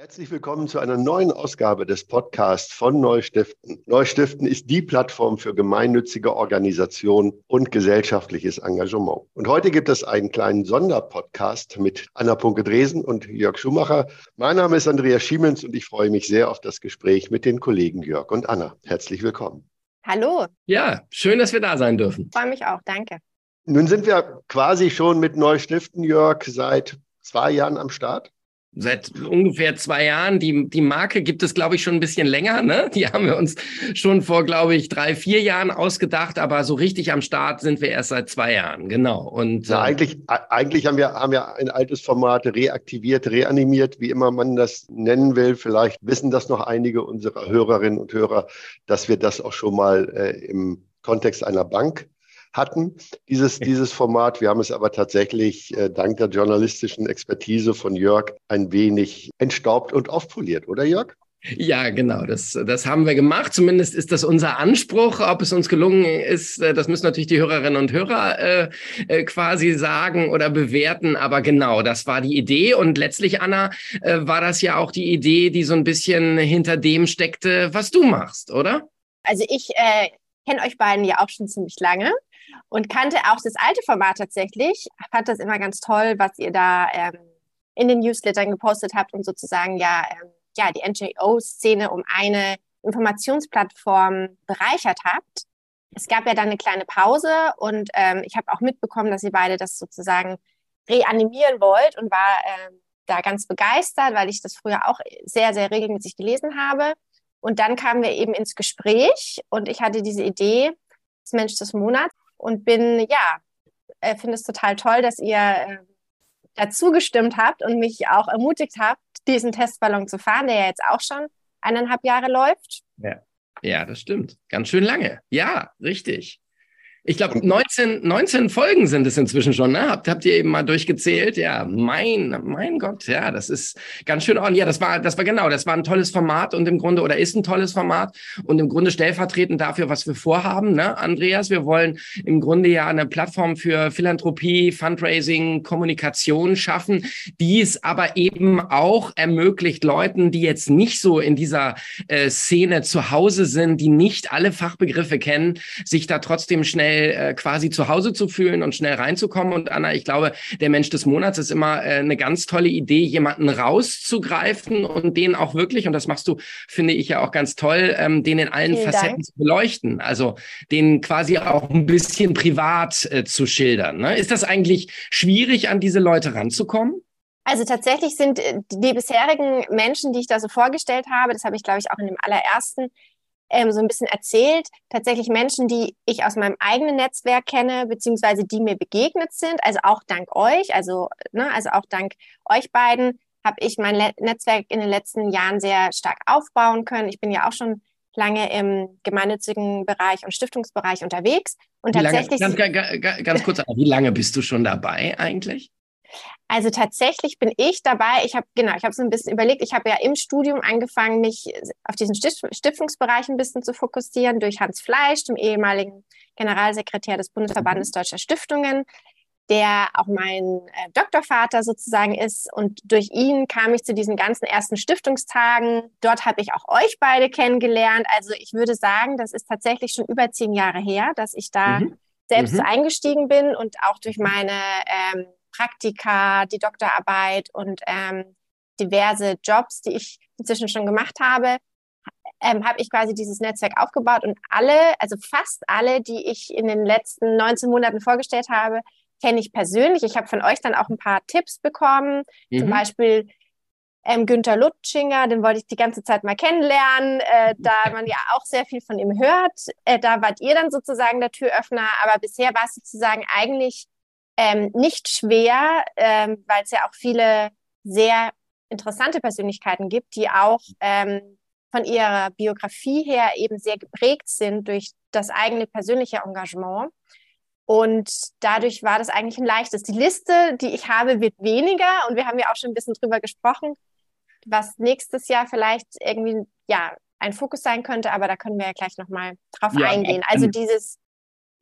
Herzlich willkommen zu einer neuen Ausgabe des Podcasts von Neustiften. Neustiften ist die Plattform für gemeinnützige Organisation und gesellschaftliches Engagement. Und heute gibt es einen kleinen Sonderpodcast mit Anna Punke-Dresen und Jörg Schumacher. Mein Name ist Andreas Schiemens und ich freue mich sehr auf das Gespräch mit den Kollegen Jörg und Anna. Herzlich willkommen. Hallo. Ja, schön, dass wir da sein dürfen. Freue mich auch, danke. Nun sind wir quasi schon mit Neustiften, Jörg, seit 2 Jahren am Start. Seit ungefähr 2 Jahren. Die Marke gibt es, glaube ich, schon ein bisschen länger. Ne? Die haben wir uns schon vor, glaube ich, 3, 4 Jahren ausgedacht. Aber so richtig am Start sind wir erst seit 2 Jahren. Genau. Und eigentlich haben wir ein altes Format reaktiviert, reanimiert, wie immer man das nennen will. Vielleicht wissen das noch einige unserer Hörerinnen und Hörer, dass wir das auch schon mal im Kontext einer Bank hatten, dieses Format. Wir haben es aber tatsächlich dank der journalistischen Expertise von Jörg ein wenig entstaubt und aufpoliert, oder Jörg? Ja, genau, das haben wir gemacht. Zumindest ist das unser Anspruch. Ob es uns gelungen ist, das müssen natürlich die Hörerinnen und Hörer quasi sagen oder bewerten. Aber genau, das war die Idee. Und letztlich, Anna, war das ja auch die Idee, die so ein bisschen hinter dem steckte, was du machst, oder? Also ich kenne euch beiden ja auch schon ziemlich lange und kannte auch das alte Format tatsächlich. Fand das immer ganz toll, was ihr da in den Newslettern gepostet habt und sozusagen die NGO-Szene um eine Informationsplattform bereichert habt. Es gab ja dann eine kleine Pause und ich habe auch mitbekommen, dass ihr beide das sozusagen reanimieren wollt und war da ganz begeistert, weil ich das früher auch sehr, sehr regelmäßig gelesen habe. Und dann kamen wir eben ins Gespräch und ich hatte diese Idee, das Mensch des Monats, und finde es total toll, dass ihr dazu gestimmt habt und mich auch ermutigt habt, diesen Testballon zu fahren, der ja jetzt auch schon 1,5 Jahre läuft. Ja, das stimmt. Ganz schön lange. Ja, richtig. Ich glaube, 19 Folgen sind es inzwischen schon, ne? Habt ihr eben mal durchgezählt? Ja, mein Gott, ja, das ist ganz schön ordentlich. Ja, das war ein tolles Format und im Grunde, oder ist ein tolles Format und im Grunde stellvertretend dafür, was wir vorhaben, ne, Andreas? Wir wollen im Grunde ja eine Plattform für Philanthropie, Fundraising, Kommunikation schaffen, die es aber eben auch ermöglicht, Leuten, die jetzt nicht so in dieser Szene zu Hause sind, die nicht alle Fachbegriffe kennen, sich da trotzdem schnell quasi zu Hause zu fühlen und schnell reinzukommen. Und Anna, ich glaube, der Mensch des Monats ist immer eine ganz tolle Idee, jemanden rauszugreifen und den auch wirklich, und das machst du, finde ich ja auch ganz toll, den in allen Facetten zu beleuchten. Also den quasi auch ein bisschen privat zu schildern. Ne? Ist das eigentlich schwierig, an diese Leute ranzukommen? Also tatsächlich sind die bisherigen Menschen, die ich da so vorgestellt habe, das habe ich, glaube ich, auch in dem allerersten so ein bisschen erzählt, tatsächlich Menschen, die ich aus meinem eigenen Netzwerk kenne, beziehungsweise die mir begegnet sind, also auch dank euch, also auch dank euch beiden, habe ich mein Netzwerk in den letzten Jahren sehr stark aufbauen können. Ich bin ja auch schon lange im gemeinnützigen Bereich und Stiftungsbereich unterwegs. Und tatsächlich. Ganz kurz, wie lange bist du schon dabei eigentlich? Also tatsächlich bin ich dabei, ich habe so ein bisschen überlegt, ich habe ja im Studium angefangen, mich auf diesen Stiftungsbereich ein bisschen zu fokussieren, durch Hans Fleisch, dem ehemaligen Generalsekretär des Bundesverbandes Deutscher Stiftungen, der auch mein Doktorvater sozusagen ist. Und durch ihn kam ich zu diesen ganzen ersten Stiftungstagen. Dort habe ich auch euch beide kennengelernt. Also ich würde sagen, das ist tatsächlich schon über 10 Jahre her, dass ich da selbst so eingestiegen bin und auch durch meine Praktika, die Doktorarbeit und diverse Jobs, die ich inzwischen schon gemacht habe, habe ich quasi dieses Netzwerk aufgebaut und fast alle, die ich in den letzten 19 Monaten vorgestellt habe, kenne ich persönlich. Ich habe von euch dann auch ein paar Tipps bekommen, zum Beispiel Günther Luttschinger, den wollte ich die ganze Zeit mal kennenlernen, da man ja auch sehr viel von ihm hört. Da wart ihr dann sozusagen der Türöffner, aber bisher war es sozusagen eigentlich nicht schwer, weil es ja auch viele sehr interessante Persönlichkeiten gibt, die auch von ihrer Biografie her eben sehr geprägt sind durch das eigene persönliche Engagement. Und dadurch war das eigentlich ein leichtes. Die Liste, die ich habe, wird weniger und wir haben ja auch schon ein bisschen drüber gesprochen, was nächstes Jahr vielleicht irgendwie ein Fokus sein könnte, aber da können wir ja gleich nochmal drauf eingehen. Also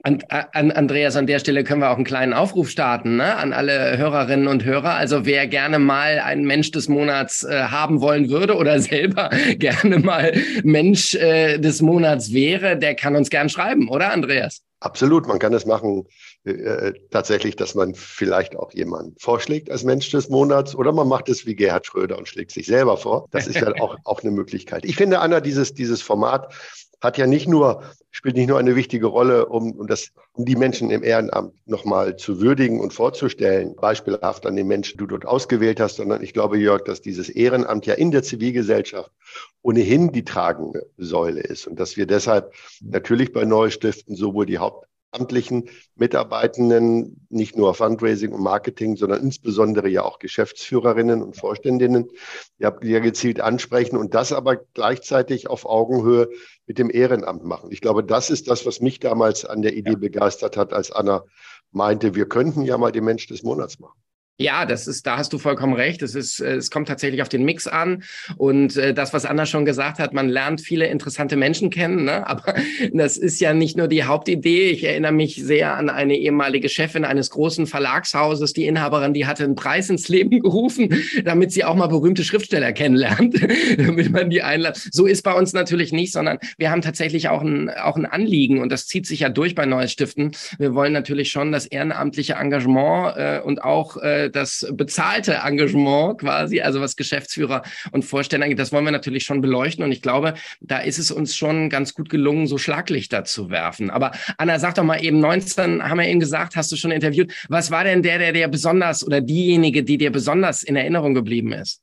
Andreas, an der Stelle können wir auch einen kleinen Aufruf starten, ne? An alle Hörerinnen und Hörer. Also wer gerne mal einen Mensch des Monats haben wollen würde oder selber gerne mal Mensch des Monats wäre, der kann uns gern schreiben, oder Andreas? Absolut, man kann es machen, tatsächlich, dass man vielleicht auch jemanden vorschlägt als Mensch des Monats oder man macht es wie Gerhard Schröder und schlägt sich selber vor. Das ist ja auch eine Möglichkeit. Ich finde, Anna, dieses Format hat ja spielt nicht nur eine wichtige Rolle, um die Menschen im Ehrenamt nochmal zu würdigen und vorzustellen, beispielhaft an den Menschen, die du dort ausgewählt hast, sondern ich glaube, Jörg, dass dieses Ehrenamt ja in der Zivilgesellschaft ohnehin die tragende Säule ist und dass wir deshalb natürlich bei Neustiften sowohl die hauptamtlichen Mitarbeitenden, nicht nur Fundraising und Marketing, sondern insbesondere ja auch Geschäftsführerinnen und Vorständinnen ja gezielt ansprechen und das aber gleichzeitig auf Augenhöhe mit dem Ehrenamt machen. Ich glaube, das ist das, was mich damals an der Idee begeistert hat, als Anna meinte, wir könnten ja mal den Mensch des Monats machen. Ja, da hast du vollkommen recht. Es kommt tatsächlich auf den Mix an und das, was Anna schon gesagt hat, man lernt viele interessante Menschen kennen, ne? Aber das ist ja nicht nur die Hauptidee. Ich erinnere mich sehr an eine ehemalige Chefin eines großen Verlagshauses, die Inhaberin, die hatte einen Preis ins Leben gerufen, damit sie auch mal berühmte Schriftsteller kennenlernt, damit man die einlädt. So ist bei uns natürlich nicht, sondern wir haben tatsächlich auch ein Anliegen und das zieht sich ja durch bei Neustiften. Wir wollen natürlich schon das ehrenamtliche Engagement und auch das bezahlte Engagement quasi, also was Geschäftsführer und Vorstände angeht, das wollen wir natürlich schon beleuchten. Und ich glaube, da ist es uns schon ganz gut gelungen, so Schlaglichter zu werfen. Aber Anna, sag doch mal eben, 19 haben wir eben gesagt, hast du schon interviewt. Was war denn der besonders oder diejenige, die dir besonders in Erinnerung geblieben ist?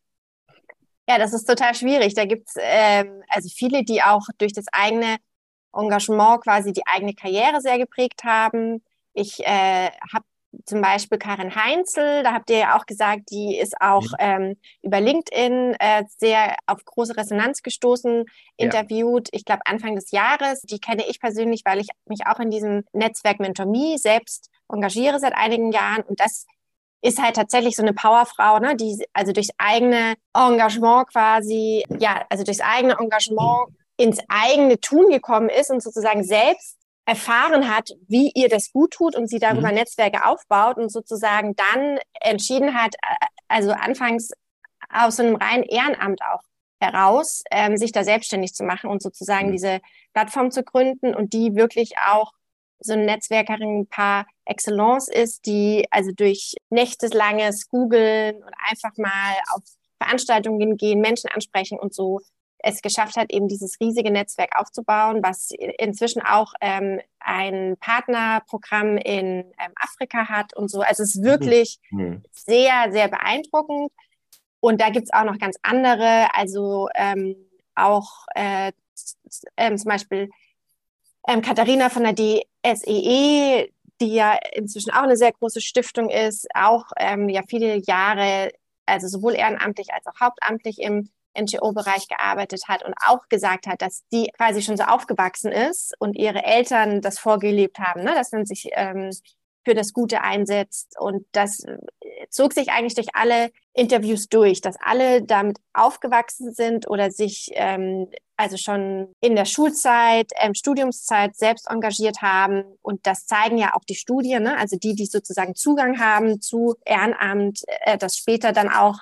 Ja, das ist total schwierig. Da gibt's also viele, die auch durch das eigene Engagement quasi die eigene Karriere sehr geprägt haben. Ich habe zum Beispiel Karin Heinzel, da habt ihr ja auch gesagt, die ist auch über LinkedIn sehr auf große Resonanz gestoßen, interviewt, ich glaube Anfang des Jahres. Die kenne ich persönlich, weil ich mich auch in diesem Netzwerk MentorMe selbst engagiere seit einigen Jahren und das ist halt tatsächlich so eine Powerfrau, ne, die also durchs eigene Engagement quasi, also durchs eigene Engagement ins eigene Tun gekommen ist und sozusagen selbst erfahren hat, wie ihr das gut tut und sie darüber Netzwerke aufbaut und sozusagen dann entschieden hat, also anfangs aus so einem reinen Ehrenamt auch heraus, sich da selbstständig zu machen und sozusagen diese Plattform zu gründen und die wirklich auch so eine Netzwerkerin par excellence ist, die also durch nächtelanges Googeln und einfach mal auf Veranstaltungen gehen, Menschen ansprechen und so es geschafft hat, eben dieses riesige Netzwerk aufzubauen, was inzwischen auch ein Partnerprogramm in Afrika hat und so. Also es ist wirklich sehr, sehr beeindruckend. Und da gibt's auch noch ganz andere, also auch zum Beispiel Katharina von der DSEE, die ja inzwischen auch eine sehr große Stiftung ist, auch ja viele Jahre, also sowohl ehrenamtlich als auch hauptamtlich im NGO-Bereich gearbeitet hat und auch gesagt hat, dass die quasi schon so aufgewachsen ist und ihre Eltern das vorgelebt haben, ne? Dass man sich für das Gute einsetzt. Und das zog sich eigentlich durch alle Interviews durch, dass alle damit aufgewachsen sind oder sich also schon in der Schulzeit, Studiumszeit selbst engagiert haben. Und das zeigen ja auch die Studien, ne? Also die sozusagen Zugang haben zu Ehrenamt, das später dann auch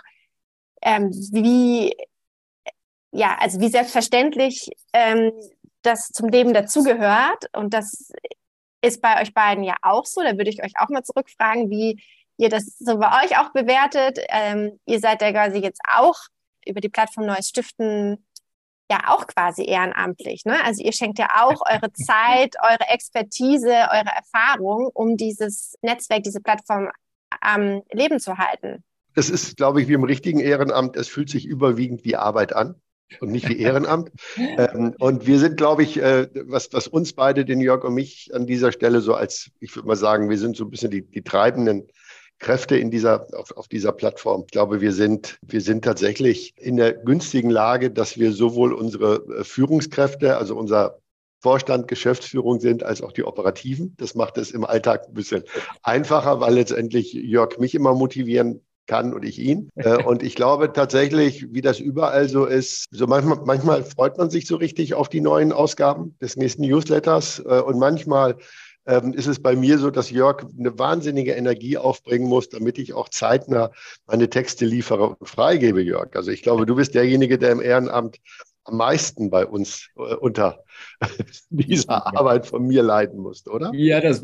wie selbstverständlich das zum Leben dazugehört. Und das ist bei euch beiden ja auch so. Da würde ich euch auch mal zurückfragen, wie ihr das so bei euch auch bewertet. Ihr seid ja quasi jetzt auch über die Plattform Neues Stiften ja auch quasi ehrenamtlich, ne? Also ihr schenkt ja auch eure Zeit, eure Expertise, eure Erfahrung, um dieses Netzwerk, diese Plattform am Leben zu halten. Das ist, glaube ich, wie im richtigen Ehrenamt. Es fühlt sich überwiegend wie Arbeit an und nicht wie Ehrenamt. Und wir sind, glaube ich, was uns beide, den Jörg und mich an dieser Stelle so als, ich würde mal sagen, wir sind so ein bisschen die treibenden Kräfte auf dieser Plattform. Ich glaube, wir sind tatsächlich in der günstigen Lage, dass wir sowohl unsere Führungskräfte, also unser Vorstand, Geschäftsführung sind, als auch die Operativen. Das macht es im Alltag ein bisschen einfacher, weil letztendlich Jörg mich immer motivieren kann und ich ihn. Und ich glaube tatsächlich, wie das überall so ist, so manchmal freut man sich so richtig auf die neuen Ausgaben des nächsten Newsletters und manchmal ist es bei mir so, dass Jörg eine wahnsinnige Energie aufbringen muss, damit ich auch zeitnah meine Texte liefere und freigebe, Jörg. Also ich glaube, du bist derjenige, der im Ehrenamt am meisten bei uns unter dieser Arbeit von mir leiden musst, oder? Ja, das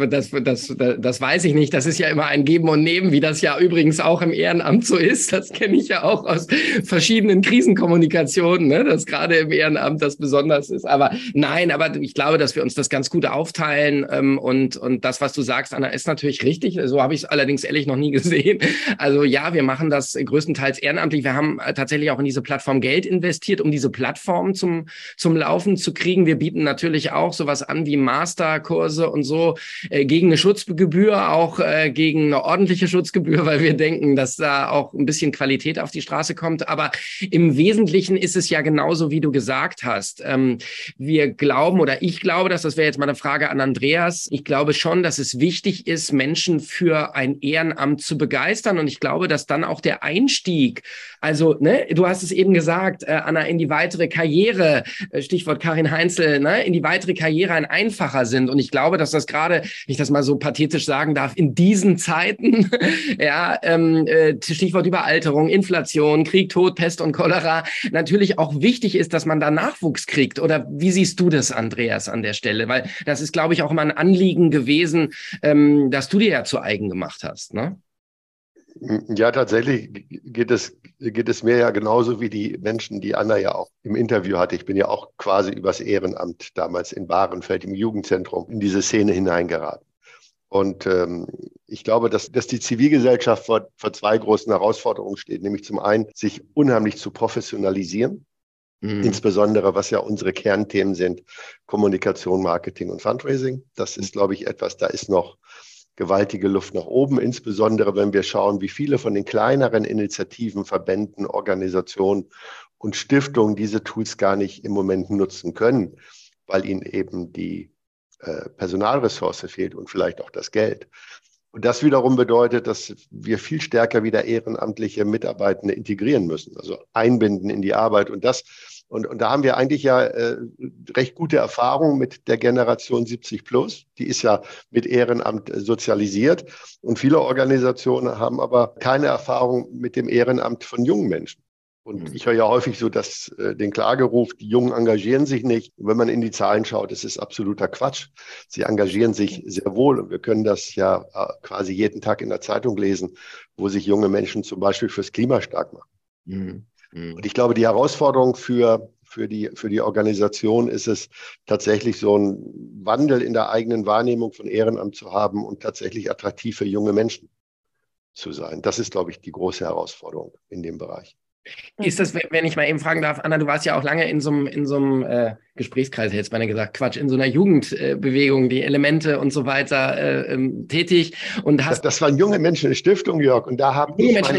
weiß ich nicht. Das ist ja immer ein Geben und Nehmen, wie das ja übrigens auch im Ehrenamt so ist. Das kenne ich ja auch aus verschiedenen Krisenkommunikationen, ne? Dass gerade im Ehrenamt das besonders ist. Aber nein, aber ich glaube, dass wir uns das ganz gut aufteilen. Und das, was du sagst, Anna, ist natürlich richtig. So habe ich es allerdings ehrlich noch nie gesehen. Also ja, wir machen das größtenteils ehrenamtlich. Wir haben tatsächlich auch in diese Plattform Geld investiert, um diese Plattform zum Laufen zu kriegen. Wir bieten natürlich auch sowas an wie Masterkurse und so gegen eine Schutzgebühr, auch gegen eine ordentliche Schutzgebühr, weil wir denken, dass da auch ein bisschen Qualität auf die Straße kommt. Aber im Wesentlichen ist es ja genauso, wie du gesagt hast. Wir glauben, oder ich glaube, das wäre jetzt mal eine Frage an Andreas, ich glaube schon, dass es wichtig ist, Menschen für ein Ehrenamt zu begeistern. Und ich glaube, dass dann auch der Einstieg, also ne, du hast es eben gesagt, Anna, in die weitere Karriere, Stichwort Karin Heinzel, ne, in die weitere Karriere ein einfacher sind. Und ich glaube, dass das gerade, wenn ich das mal so pathetisch sagen darf, in diesen Zeiten, ja, Stichwort Überalterung, Inflation, Krieg, Tod, Pest und Cholera, natürlich auch wichtig ist, dass man da Nachwuchs kriegt. Oder wie siehst du das, Andreas, an der Stelle? Weil das ist, glaube ich, auch immer ein Anliegen gewesen, dass du dir ja zu eigen gemacht hast, ne? Ja, tatsächlich geht es mir ja genauso wie die Menschen, die Anna ja auch im Interview hatte. Ich bin ja auch quasi übers Ehrenamt damals in Bahrenfeld im Jugendzentrum in diese Szene hineingeraten. Und ich glaube, dass die Zivilgesellschaft vor zwei großen Herausforderungen steht, nämlich zum einen, sich unheimlich zu professionalisieren, insbesondere was ja unsere Kernthemen sind, Kommunikation, Marketing und Fundraising. Das ist, glaube ich, etwas, da ist noch gewaltige Luft nach oben, insbesondere wenn wir schauen, wie viele von den kleineren Initiativen, Verbänden, Organisationen und Stiftungen diese Tools gar nicht im Moment nutzen können, weil ihnen eben die Personalressource fehlt und vielleicht auch das Geld. Und das wiederum bedeutet, dass wir viel stärker wieder ehrenamtliche Mitarbeitende integrieren müssen, also einbinden in die Arbeit. Und da haben wir eigentlich ja recht gute Erfahrungen mit der Generation 70 plus. Die ist ja mit Ehrenamt sozialisiert. Und viele Organisationen haben aber keine Erfahrung mit dem Ehrenamt von jungen Menschen. Und ich höre ja häufig so den Klageruf, die Jungen engagieren sich nicht. Und wenn man in die Zahlen schaut, das ist absoluter Quatsch. Sie engagieren sich sehr wohl. Und wir können das ja quasi jeden Tag in der Zeitung lesen, wo sich junge Menschen zum Beispiel fürs Klima stark machen. Und ich glaube, die Herausforderung für die Organisation ist es tatsächlich, so einen Wandel in der eigenen Wahrnehmung von Ehrenamt zu haben und tatsächlich attraktiv für junge Menschen zu sein. Das ist, glaube ich, die große Herausforderung in dem Bereich. Ist das, wenn ich mal eben fragen darf, Anna, du warst ja auch lange in so einem Gesprächskreis, jetzt meine gesagt, Quatsch, in so einer Jugendbewegung, die Elemente und so weiter tätig. Und das waren junge Menschen in Stiftung, Jörg, und da haben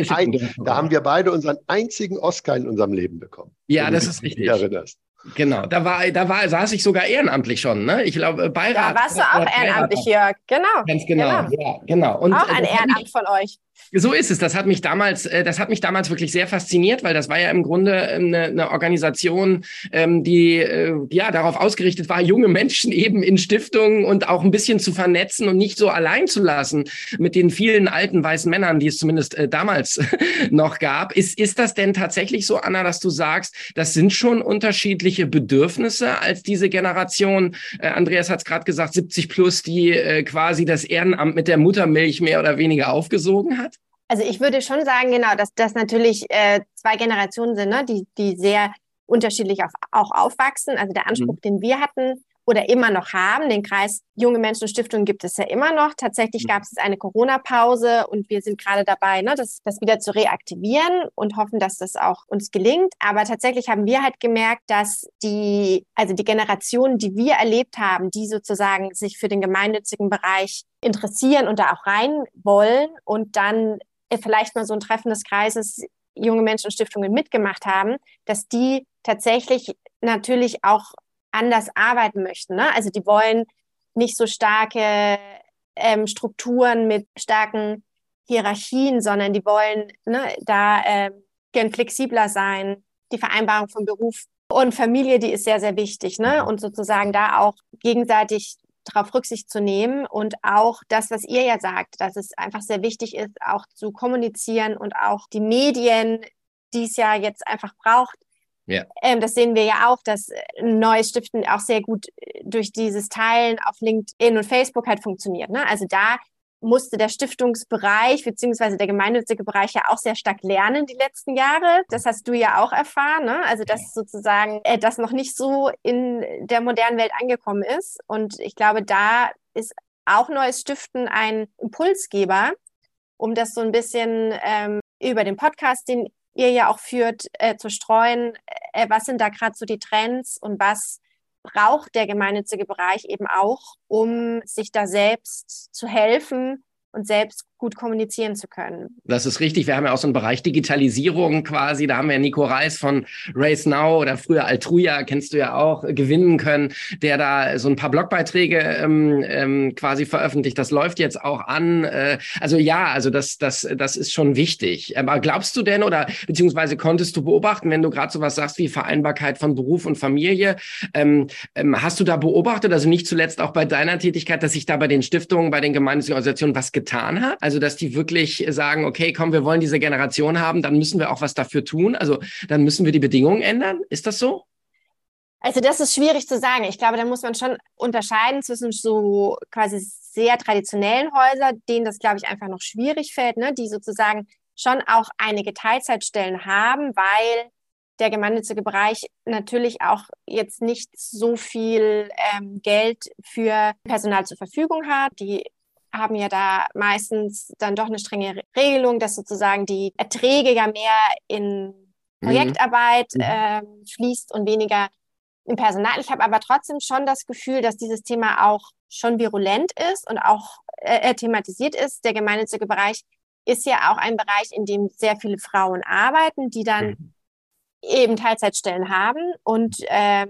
wir beide unseren einzigen Oscar in unserem Leben bekommen. Ja, das ist richtig. Erinnerst. Genau, saß ich sogar ehrenamtlich schon, ne? Ich glaube, Beirat. Da warst du auch ehrenamtlich, Jörg, genau. Ganz genau, ja, genau. Und auch ein Ehrenamt von euch. So ist es. Das hat mich damals wirklich sehr fasziniert, weil das war ja im Grunde eine Organisation, die darauf ausgerichtet war, junge Menschen eben in Stiftungen und auch ein bisschen zu vernetzen und nicht so allein zu lassen mit den vielen alten weißen Männern, die es zumindest damals noch gab. Ist das denn tatsächlich so, Anna, dass du sagst, das sind schon unterschiedliche Bedürfnisse als diese Generation? Andreas hat es gerade gesagt, 70 plus, die quasi das Ehrenamt mit der Muttermilch mehr oder weniger aufgesogen hat? Also ich würde schon sagen, genau, dass das natürlich zwei Generationen sind, ne, die sehr unterschiedlich auch aufwachsen. Also der Anspruch, den wir hatten oder immer noch haben, den Kreis Junge Menschen und Stiftungen gibt es ja immer noch. Tatsächlich gab es eine Corona-Pause und wir sind gerade dabei, ne, das wieder zu reaktivieren und hoffen, dass das auch uns gelingt. Aber tatsächlich haben wir halt gemerkt, dass die Generationen, die wir erlebt haben, die sozusagen sich für den gemeinnützigen Bereich interessieren und da auch rein wollen und dann vielleicht mal so ein Treffen des Kreises Junge Menschen und Stiftungen mitgemacht haben, dass die tatsächlich natürlich auch anders arbeiten möchten, ne? Also die wollen nicht so starke Strukturen mit starken Hierarchien, sondern die wollen gern flexibler sein. Die Vereinbarung von Beruf und Familie, die ist sehr, sehr wichtig, ne? Und sozusagen da auch gegenseitig darauf Rücksicht zu nehmen und auch das, was ihr ja sagt, dass es einfach sehr wichtig ist, auch zu kommunizieren und auch die Medien, die es ja jetzt einfach braucht. Ja. Das sehen wir ja auch, dass neues Stiften auch sehr gut durch dieses Teilen auf LinkedIn und Facebook halt funktioniert. Ne? Also da musste der Stiftungsbereich beziehungsweise der gemeinnützige Bereich ja auch sehr stark lernen die letzten Jahre. Das hast du ja auch erfahren, ne? Also dass sozusagen das noch nicht so in der modernen Welt angekommen ist. Und ich glaube, da ist auch neues Stiften ein Impulsgeber, um das so ein bisschen über den Podcast, den ihr ja auch führt, zu streuen. Was sind da gerade so die Trends und was braucht der gemeinnützige Bereich eben auch, um sich da selbst zu helfen und selbst gut kommunizieren zu können. Das ist richtig. Wir haben ja auch so einen Bereich Digitalisierung quasi. Da haben wir Nico Reis von Race Now oder früher Altruja, kennst du ja auch, gewinnen können, der da so ein paar Blogbeiträge quasi veröffentlicht. Das läuft jetzt auch an. Also das ist schon wichtig. Aber glaubst du denn oder beziehungsweise konntest du beobachten, wenn du gerade sowas sagst wie Vereinbarkeit von Beruf und Familie, hast du da beobachtet, also nicht zuletzt auch bei deiner Tätigkeit, dass sich da bei den Stiftungen, bei den gemeinnützigen Organisationen was getan hat? Also, dass die wirklich sagen, okay, komm, wir wollen diese Generation haben, dann müssen wir auch was dafür tun. Also, dann müssen wir die Bedingungen ändern. Ist das so? Also, das ist schwierig zu sagen. Ich glaube, da muss man schon unterscheiden zwischen so quasi sehr traditionellen Häusern, denen das, glaube ich, einfach noch schwierig fällt, ne? Die sozusagen schon auch einige Teilzeitstellen haben, weil der gemeinnützige Bereich natürlich auch jetzt nicht so viel Geld für Personal zur Verfügung hat. Die haben ja da meistens dann doch eine strenge Regelung, dass sozusagen die Erträge ja mehr in Projektarbeit fließt und weniger im Personal. Ich habe aber trotzdem schon das Gefühl, dass dieses Thema auch schon virulent ist und auch thematisiert ist. Der gemeinnützige Bereich ist ja auch ein Bereich, in dem sehr viele Frauen arbeiten, die dann eben Teilzeitstellen haben und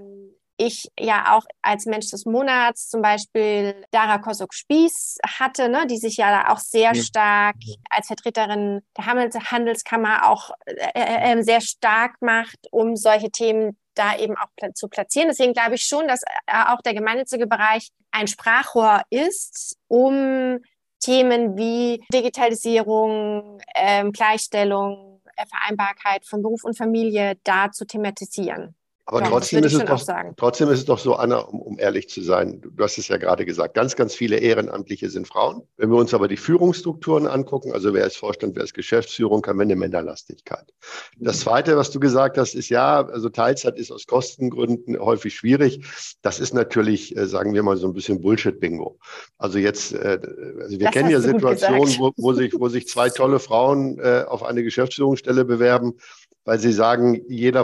ich ja auch als Mensch des Monats zum Beispiel Dara Kosok-Spieß hatte, ne, die sich ja da auch sehr stark als Vertreterin der Handelskammer auch sehr stark macht, um solche Themen da eben auch zu platzieren. Deswegen glaube ich schon, dass auch der gemeinnützige Bereich ein Sprachrohr ist, um Themen wie Digitalisierung, Gleichstellung, Vereinbarkeit von Beruf und Familie da zu thematisieren. Aber ja, trotzdem ist es doch so, Anna, um ehrlich zu sein, du hast es ja gerade gesagt, ganz, ganz viele Ehrenamtliche sind Frauen. Wenn wir uns aber die Führungsstrukturen angucken, also wer ist Vorstand, wer ist Geschäftsführung, haben wir eine Männerlastigkeit. Das Zweite, was du gesagt hast, ist ja, also Teilzeit ist aus Kostengründen häufig schwierig. Das ist natürlich, sagen wir mal, so ein bisschen Bullshit-Bingo. Also jetzt, wir kennen ja Situationen, wo sich zwei tolle Frauen auf eine Geschäftsführungsstelle bewerben, weil sie sagen,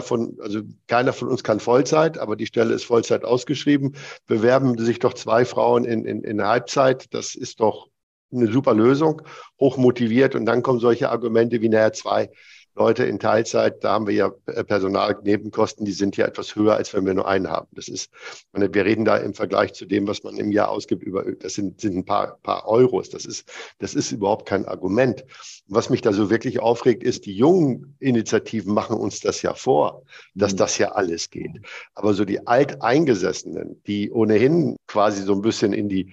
keiner von uns kann Vollzeit, aber die Stelle ist Vollzeit ausgeschrieben. Bewerben sich doch zwei Frauen in Halbzeit. Das ist doch eine super Lösung, hochmotiviert. Und dann kommen solche Argumente wie, naja, zwei Leute in Teilzeit, da haben wir ja Personalnebenkosten, die sind ja etwas höher, als wenn wir nur einen haben. Wir reden da im Vergleich zu dem, was man im Jahr ausgibt, das sind ein paar Euros. Das ist überhaupt kein Argument. Was mich da so wirklich aufregt, ist, die jungen Initiativen machen uns das ja vor, dass das ja alles geht. Aber so die Alteingesessenen, die ohnehin quasi so ein bisschen in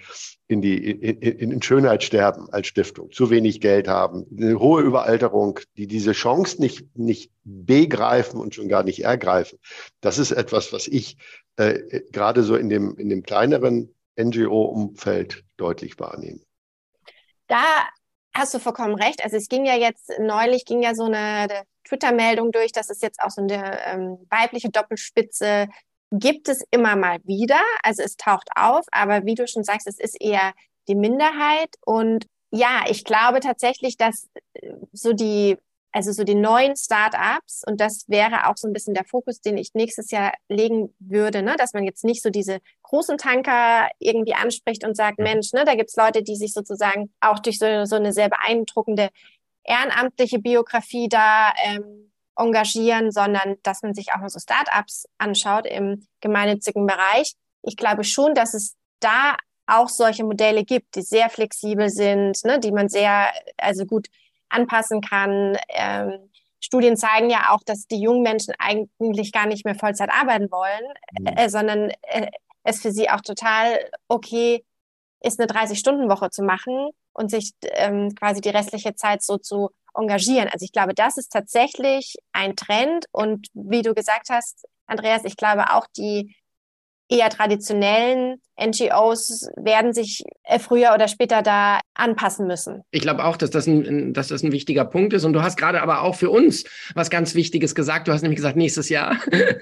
Schönheit sterben als Stiftung, zu wenig Geld haben, eine hohe Überalterung, die diese Chance nicht begreifen und schon gar nicht ergreifen. Das ist etwas, was ich gerade so in dem kleineren NGO-Umfeld deutlich wahrnehme. Da hast du vollkommen recht. Also es neulich ging ja so eine Twitter-Meldung durch, dass es jetzt auch so eine weibliche Doppelspitze gibt es immer mal wieder, also es taucht auf, aber wie du schon sagst, es ist eher die Minderheit. Und ja, ich glaube tatsächlich, dass so die neuen Startups, und das wäre auch so ein bisschen der Fokus, den ich nächstes Jahr legen würde, ne, dass man jetzt nicht so diese großen Tanker irgendwie anspricht und sagt, Mensch, ne, da gibt's Leute, die sich sozusagen auch durch so eine sehr beeindruckende ehrenamtliche Biografie da engagieren, sondern dass man sich auch mal so Startups anschaut im gemeinnützigen Bereich. Ich glaube schon, dass es da auch solche Modelle gibt, die sehr flexibel sind, ne, die man gut anpassen kann. Studien zeigen ja auch, dass die jungen Menschen eigentlich gar nicht mehr Vollzeit arbeiten wollen, sondern es für sie auch total okay ist eine 30-Stunden-Woche zu machen und sich quasi die restliche Zeit so zu engagieren. Also ich glaube, das ist tatsächlich ein Trend. Und wie du gesagt hast, Andreas, ich glaube auch die eher traditionellen NGOs werden sich früher oder später da anpassen müssen. Ich glaube auch, dass das ein wichtiger Punkt ist. Und du hast gerade aber auch für uns was ganz Wichtiges gesagt. Du hast nämlich gesagt, nächstes Jahr.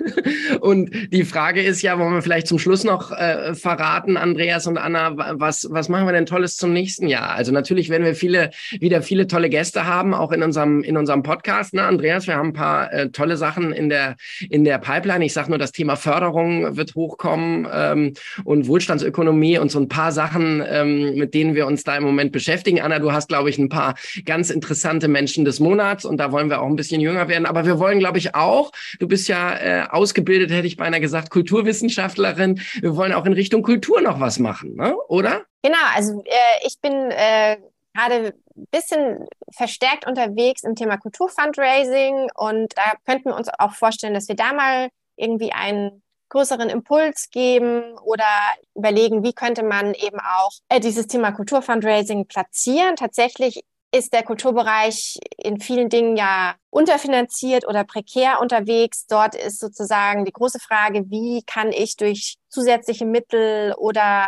Und die Frage ist ja, wollen wir vielleicht zum Schluss noch verraten, Andreas und Anna, was machen wir denn Tolles zum nächsten Jahr? Also natürlich werden wir wieder viele tolle Gäste haben, auch in unserem Podcast. Ne, Andreas, wir haben ein paar tolle Sachen in der Pipeline. Ich sage nur, das Thema Förderung wird hochkommen und Wohlstandsökonomie und so ein paar Sachen, mit denen wir uns da im Moment beschäftigen. Anna, du hast, glaube ich, ein paar ganz interessante Menschen des Monats und da wollen wir auch ein bisschen jünger werden. Aber wir wollen, glaube ich, auch, du bist ja ausgebildet, hätte ich beinahe gesagt, Kulturwissenschaftlerin. Wir wollen auch in Richtung Kultur noch was machen, ne? Oder? Genau, also ich bin gerade ein bisschen verstärkt unterwegs im Thema Kulturfundraising und da könnten wir uns auch vorstellen, dass wir da mal irgendwie einen größeren Impuls geben oder überlegen, wie könnte man eben auch dieses Thema Kulturfundraising platzieren. Tatsächlich ist der Kulturbereich in vielen Dingen ja unterfinanziert oder prekär unterwegs. Dort ist sozusagen die große Frage, wie kann ich durch zusätzliche Mittel oder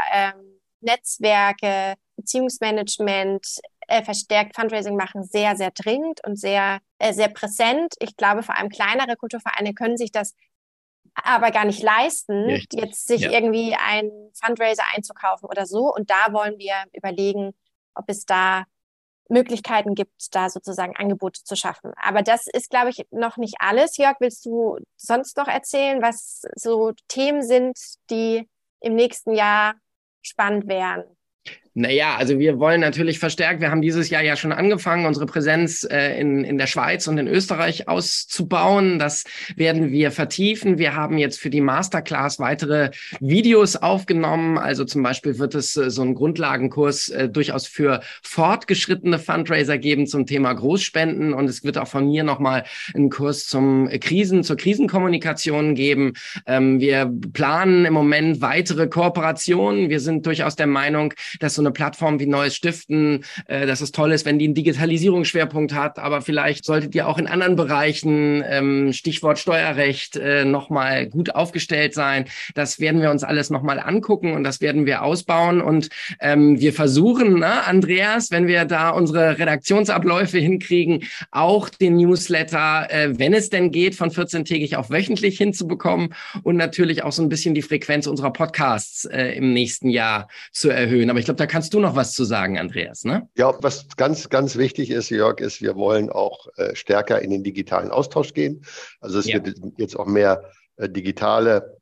Netzwerke, Beziehungsmanagement verstärkt Fundraising machen, sehr, sehr dringend und sehr, sehr präsent. Ich glaube, vor allem kleinere Kulturvereine können sich das aber gar nicht leisten, jetzt sich irgendwie einen Fundraiser einzukaufen oder so. Und da wollen wir überlegen, ob es da Möglichkeiten gibt, da sozusagen Angebote zu schaffen. Aber das ist, glaube ich, noch nicht alles. Jörg, willst du sonst noch erzählen, was so Themen sind, die im nächsten Jahr spannend wären? Naja, also wir wollen natürlich verstärkt, wir haben dieses Jahr ja schon angefangen, unsere Präsenz in der Schweiz und in Österreich auszubauen. Das werden wir vertiefen. Wir haben jetzt für die Masterclass weitere Videos aufgenommen. Also zum Beispiel wird es so einen Grundlagenkurs durchaus für fortgeschrittene Fundraiser geben zum Thema Großspenden. Und es wird auch von mir nochmal einen Kurs zur Krisenkommunikation geben. Wir planen im Moment weitere Kooperationen. Wir sind durchaus der Meinung, dass so eine Plattform wie Neues Stiften, dass es toll ist, wenn die einen Digitalisierungsschwerpunkt hat, aber vielleicht solltet ihr auch in anderen Bereichen, Stichwort Steuerrecht, nochmal gut aufgestellt sein. Das werden wir uns alles nochmal angucken und das werden wir ausbauen und wir versuchen, ne, Andreas, wenn wir da unsere Redaktionsabläufe hinkriegen, auch den Newsletter, wenn es denn geht, von 14-tägig auf wöchentlich hinzubekommen und natürlich auch so ein bisschen die Frequenz unserer Podcasts im nächsten Jahr zu erhöhen. Aber ich glaube, da kannst du noch was zu sagen, Andreas, ne? Ja, was ganz, ganz wichtig ist, Jörg, ist, wir wollen auch stärker in den digitalen Austausch gehen. Also es wird jetzt auch mehr digitale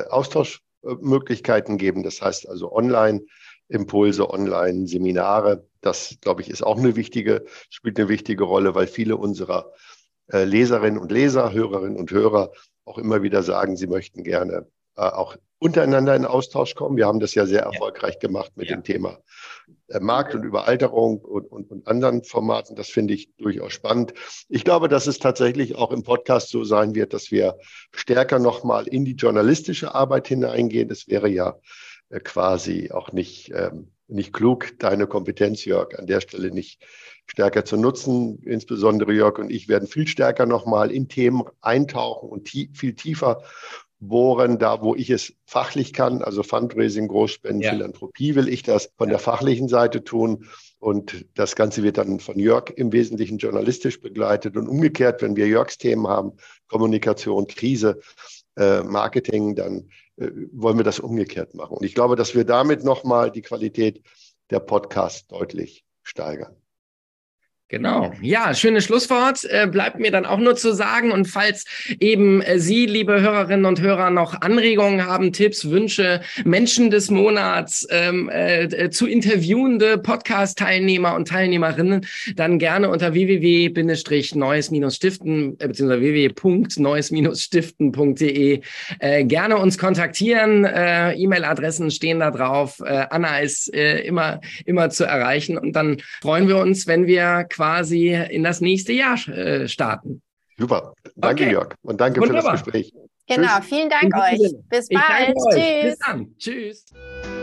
Austauschmöglichkeiten geben. Das heißt also Online-Impulse, Online-Seminare. Das, glaube ich, ist auch spielt eine wichtige Rolle, weil viele unserer Leserinnen und Leser, Hörerinnen und Hörer auch immer wieder sagen, sie möchten gerne auch untereinander in Austausch kommen. Wir haben das ja sehr erfolgreich gemacht mit dem Thema Markt und Überalterung und anderen Formaten. Das finde ich durchaus spannend. Ich glaube, dass es tatsächlich auch im Podcast so sein wird, dass wir stärker nochmal in die journalistische Arbeit hineingehen. Es wäre ja quasi auch nicht klug, deine Kompetenz, Jörg, an der Stelle nicht stärker zu nutzen. Insbesondere Jörg und ich werden viel stärker nochmal in Themen eintauchen und viel tiefer bohren, da wo ich es fachlich kann, also Fundraising, Großspenden, Philanthropie, will ich das von der fachlichen Seite tun. Und das Ganze wird dann von Jörg im Wesentlichen journalistisch begleitet. Und umgekehrt, wenn wir Jörgs Themen haben, Kommunikation, Krise, Marketing, dann wollen wir das umgekehrt machen. Und ich glaube, dass wir damit nochmal die Qualität der Podcasts deutlich steigern. Genau. Ja, schönes Schlusswort. Bleibt mir dann auch nur zu sagen. Und falls eben Sie, liebe Hörerinnen und Hörer, noch Anregungen haben, Tipps, Wünsche, Menschen des Monats, zu interviewende Podcast-Teilnehmer und Teilnehmerinnen, dann gerne unter www.neues-stiften bzw. www.neues-stiften.de gerne uns kontaktieren. E-Mail-Adressen stehen da drauf. Anna ist immer zu erreichen. Und dann freuen wir uns, wenn wir quasi in das nächste Jahr starten. Super. Danke, Jörg. Und danke für das Gespräch. Genau, vielen Dank euch. Bis bald. Tschüss. Bis dann. Tschüss.